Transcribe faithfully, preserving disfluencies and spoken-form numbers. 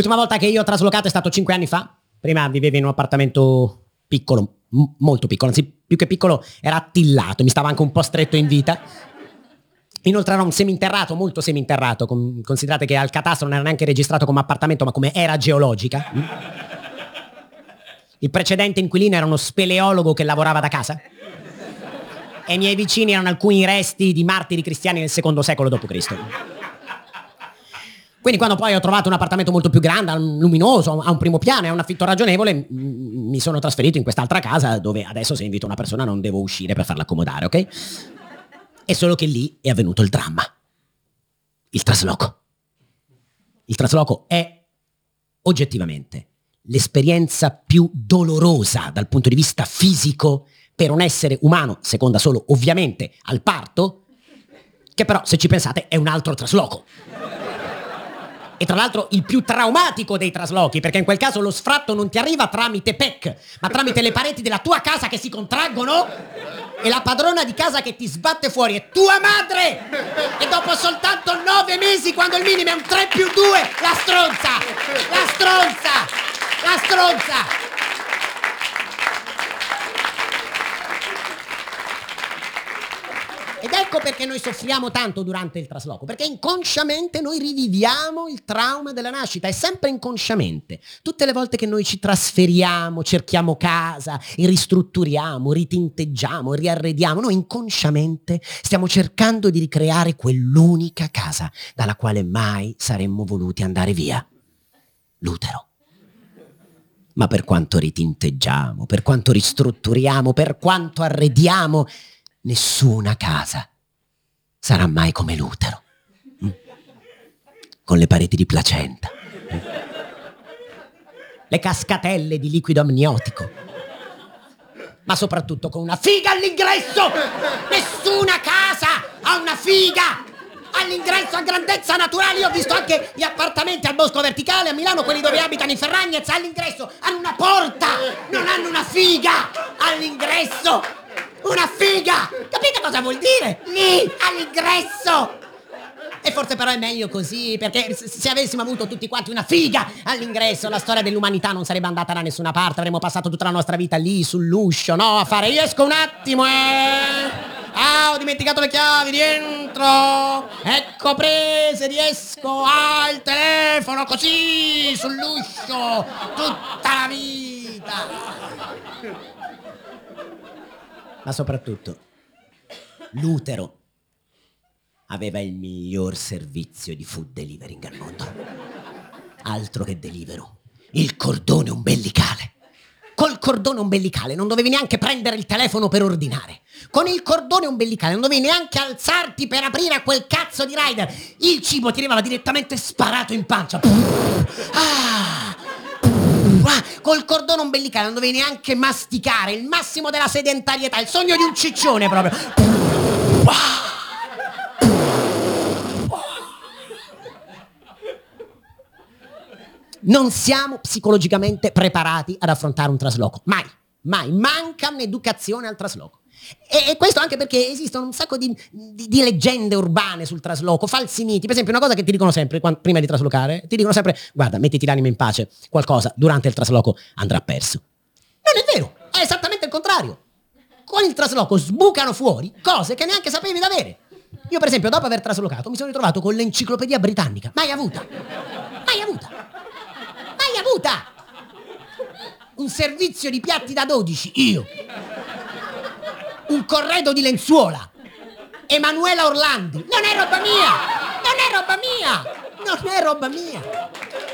L'ultima volta che io ho traslocato è stato cinque anni fa. Prima vivevo in un appartamento piccolo, m- molto piccolo, anzi più che piccolo era attillato, mi stava anche un po' stretto in vita. Inoltre era un seminterrato, molto seminterrato, con- considerate che al catasto non era neanche registrato come appartamento ma come era geologica. Il precedente inquilino era uno speleologo che lavorava da casa e i miei vicini erano alcuni resti di martiri cristiani del secondo secolo dopo Cristo. Quindi quando poi ho trovato un appartamento molto più grande, luminoso, a un primo piano e a un affitto ragionevole, m- mi sono trasferito in quest'altra casa dove adesso se invito una persona non devo uscire per farla accomodare, ok? È solo che lì è avvenuto il dramma. Il trasloco. Il trasloco è oggettivamente l'esperienza più dolorosa dal punto di vista fisico per un essere umano, seconda solo ovviamente al parto, che però se ci pensate è un altro trasloco. E tra l'altro il più traumatico dei traslochi, perché in quel caso lo sfratto non ti arriva tramite P E C, ma tramite le pareti della tua casa che si contraggono e la padrona di casa che ti sbatte fuori è tua madre! E dopo soltanto nove mesi, quando il minimo è un tre più due, la stronza! La stronza! La stronza! Ed ecco perché noi soffriamo tanto durante il trasloco, perché inconsciamente noi riviviamo il trauma della nascita, è sempre inconsciamente. Tutte le volte che noi ci trasferiamo, cerchiamo casa, e ristrutturiamo, ritinteggiamo, riarrediamo, noi inconsciamente stiamo cercando di ricreare quell'unica casa dalla quale mai saremmo voluti andare via. L'utero. Ma per quanto ritinteggiamo, per quanto ristrutturiamo, per quanto arrediamo, nessuna casa sarà mai come l'utero, mm? Con le pareti di placenta, mm? Le cascatelle di liquido amniotico, ma soprattutto con una figa all'ingresso. Nessuna casa ha una figa all'ingresso a grandezza naturale. Io ho visto anche gli appartamenti al Bosco Verticale a Milano, quelli dove abitano i Ferragnez, all'ingresso hanno una porta, non hanno una figa all'ingresso. Una figa! Capite cosa vuol dire? Lì, all'ingresso! E forse però è meglio così, perché se avessimo avuto tutti quanti una figa all'ingresso, la storia dell'umanità non sarebbe andata da nessuna parte, avremmo passato tutta la nostra vita lì, sull'uscio, no? A fare, io esco un attimo, eh! Ah, ho dimenticato le chiavi, rientro! Ecco prese, riesco, ah, il telefono, così, sull'uscio, tutta la vita! Ma soprattutto, l'utero aveva il miglior servizio di food delivering al mondo. Altro che Deliveroo. Il cordone ombelicale. Col cordone ombelicale non dovevi neanche prendere il telefono per ordinare. Con il cordone ombelicale non dovevi neanche alzarti per aprire a quel cazzo di rider. Il cibo ti arrivava direttamente sparato in pancia. Ah! Ah, col cordone ombelicale non dovevi neanche masticare, il massimo della sedentarietà, il sogno di un ciccione proprio. Non siamo psicologicamente preparati ad affrontare un trasloco, mai, mai, manca un'educazione al trasloco. E, e questo anche perché esistono un sacco di, di, di leggende urbane sul trasloco, falsi miti. Per esempio una cosa che ti dicono sempre quando, prima di traslocare, ti dicono sempre: guarda, mettiti l'anima in pace, qualcosa durante il trasloco andrà perso. Non è vero, è esattamente il contrario. Con il trasloco sbucano fuori cose che neanche sapevi di avere. Io per esempio dopo aver traslocato mi sono ritrovato con l'enciclopedia britannica, mai avuta, mai avuta, mai avuta. Un servizio di piatti da dodici, io. Un corredo di lenzuola. Emanuela Orlandi. Non è roba mia! Non è roba mia! Non è roba mia!